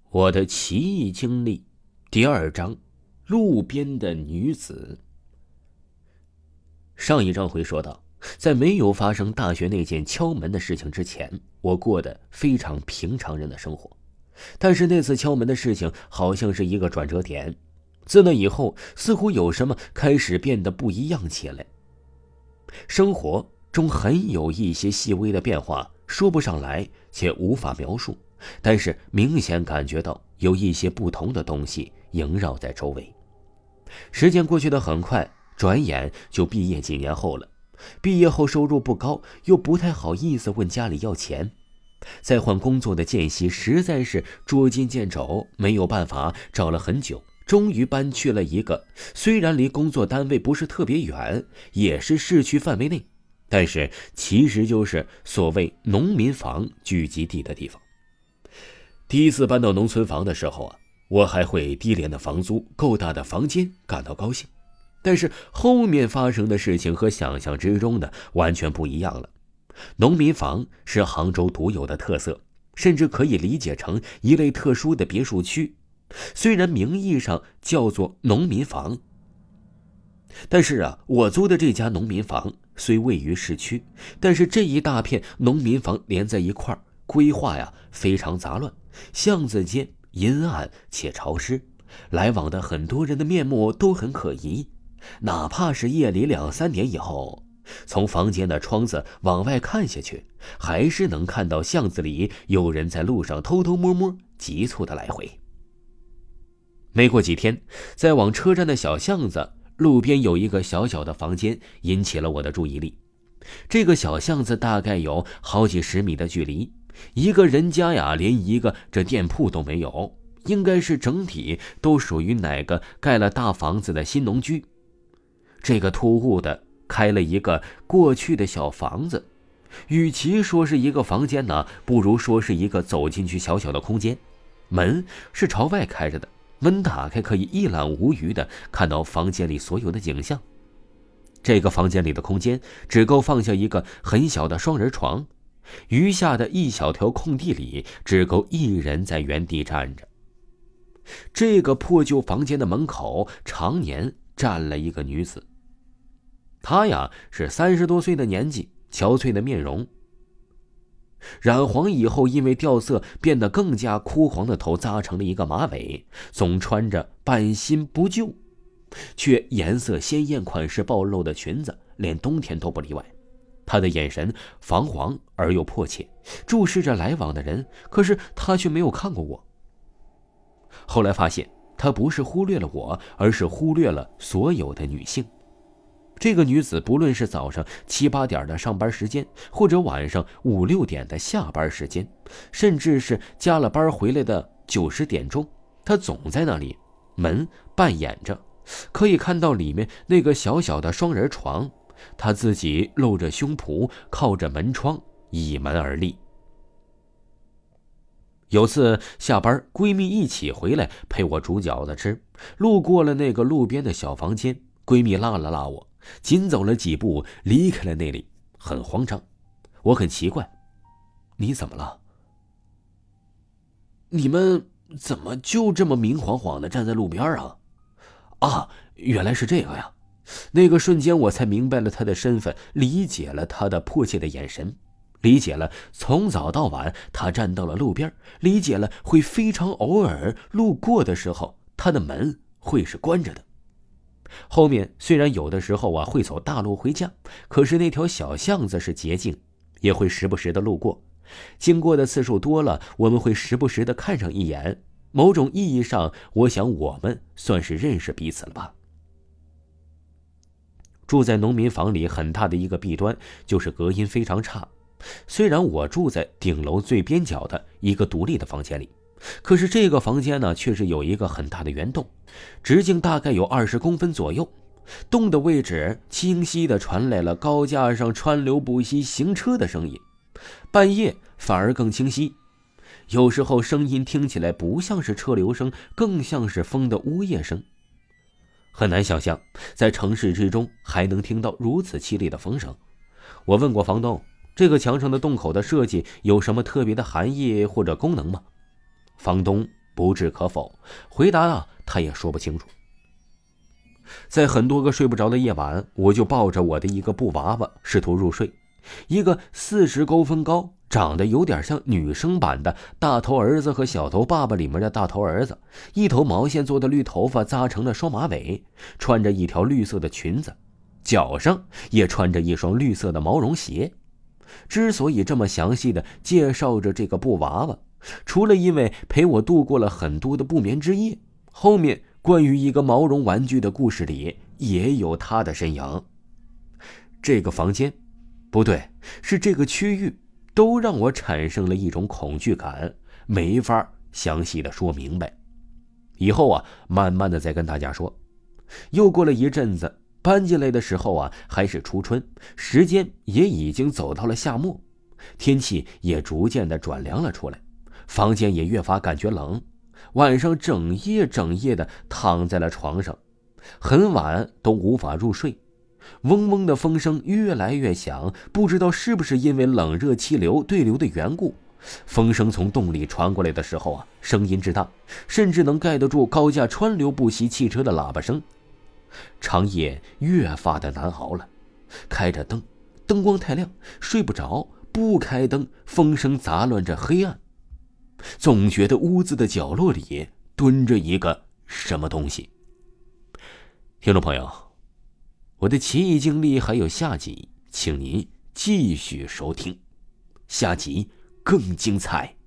我的奇异经历第2章，路边的女子。上一章会说到，在没有发生大学那件敲门的事情之前，我过得非常平常人的生活。但是那次敲门的事情好像是一个转折点，自那以后似乎有什么开始变得不一样起来。生活中很有一些细微的变化，说不上来且无法描述，但是明显感觉到有一些不同的东西萦绕在周围。时间过去得很快，转眼就毕业几年后了。毕业后收入不高，又不太好意思问家里要钱。再换工作的间隙实在是捉襟见肘，没有办法，找了很久，终于搬去了一个虽然离工作单位不是特别远，也是市区范围内，但是其实就是所谓农民房聚集地的地方。第一次搬到农村房的时候我还会低廉的房租、够大的房间感到高兴，但是后面发生的事情和想象之中的完全不一样了。农民房是杭州独有的特色，甚至可以理解成一类特殊的别墅区。虽然名义上叫做农民房，但是我租的这家农民房虽位于市区，但是这一大片农民房连在一块儿，规划非常杂乱，巷子间阴暗且潮湿，来往的很多人的面目都很可疑。哪怕是夜里2、3点以后，从房间的窗子往外看下去，还是能看到巷子里有人在路上偷偷摸摸急促的来回。没过几天，在往车站的小巷子路边有一个小小的房间引起了我的注意力。这个小巷子大概有好几十米的距离，一个人家连一个这店铺都没有，应该是整体都属于哪个盖了大房子的新农居。这个突兀的开了一个过去的小房子，与其说是一个房间不如说是一个走进去小小的空间。门是朝外开着的，门打开可以一览无余的看到房间里所有的景象。这个房间里的空间只够放下一个很小的双人床，余下的一小条空地里只够一人在原地站着。这个破旧房间的门口常年站了一个女子，她是30多岁的年纪，憔悴的面容，染黄以后因为掉色变得更加枯黄的头扎成了一个马尾，总穿着半新不旧却颜色鲜艳款式暴露的裙子，连冬天都不例外。她的眼神彷徨而又迫切，注视着来往的人，可是她却没有看过我。后来发现她不是忽略了我，而是忽略了所有的女性。这个女子不论是早上7、8点的上班时间，或者晚上5、6点的下班时间，甚至是加了班回来的9、10点钟，她总在那里，门半掩着，可以看到里面那个小小的双人床，她自己露着胸脯，靠着门窗倚门而立。有次下班，闺蜜一起回来陪我煮饺子吃，路过了那个路边的小房间，闺蜜拉了拉我，紧走了几步离开了那里，很慌张。我很奇怪，你怎么了？你们怎么就这么明晃晃的站在路边原来是这个呀。那个瞬间我才明白了他的身份，理解了他的迫切的眼神，理解了从早到晚他站到了路边，理解了会非常偶尔路过的时候他的门会是关着的。后面虽然有的时候会走大路回家，可是那条小巷子是捷径，也会时不时的路过。经过的次数多了，我们会时不时的看上一眼。某种意义上，我想我们算是认识彼此了吧。住在农民房里很大的一个弊端就是隔音非常差。虽然我住在顶楼最边角的一个独立的房间里，可是这个房间却是有一个很大的圆洞，直径大概有20公分左右。洞的位置清晰地传来了高架上川流不息行车的声音，半夜反而更清晰。有时候声音听起来不像是车流声，更像是风的呜咽声。很难想象在城市之中还能听到如此凄厉的风声。我问过房东，这个墙上的洞口的设计有什么特别的含义或者功能吗？房东不置可否，回答他也说不清楚。在很多个睡不着的夜晚，我就抱着我的一个布娃娃试图入睡，一个40公分高，长得有点像女生版的大头儿子和小头爸爸里面的大头儿子，一头毛线做的绿头发扎成了双马尾，穿着一条绿色的裙子，脚上也穿着一双绿色的毛绒鞋。之所以这么详细的介绍着这个布娃娃，除了因为陪我度过了很多的不眠之夜，后面关于一个毛绒玩具的故事里也有他的身影。这个房间，不对，是这个区域，都让我产生了一种恐惧感，没法详细的说明白。以后慢慢的再跟大家说。又过了一阵子，搬进来的时候还是初春，时间也已经走到了夏末，天气也逐渐的转凉了出来，房间也越发感觉冷。晚上整夜的躺在了床上，很晚都无法入睡。嗡嗡的风声越来越响，不知道是不是因为冷热气流对流的缘故，风声从洞里传过来的时候声音之大，甚至能盖得住高架川流不息汽车的喇叭声。长夜越发的难熬了，开着灯，灯光太亮，睡不着；不开灯，风声杂乱着黑暗，总觉得屋子的角落里蹲着一个什么东西。听众朋友，我的奇异经历还有下集，请您继续收听，下集更精彩。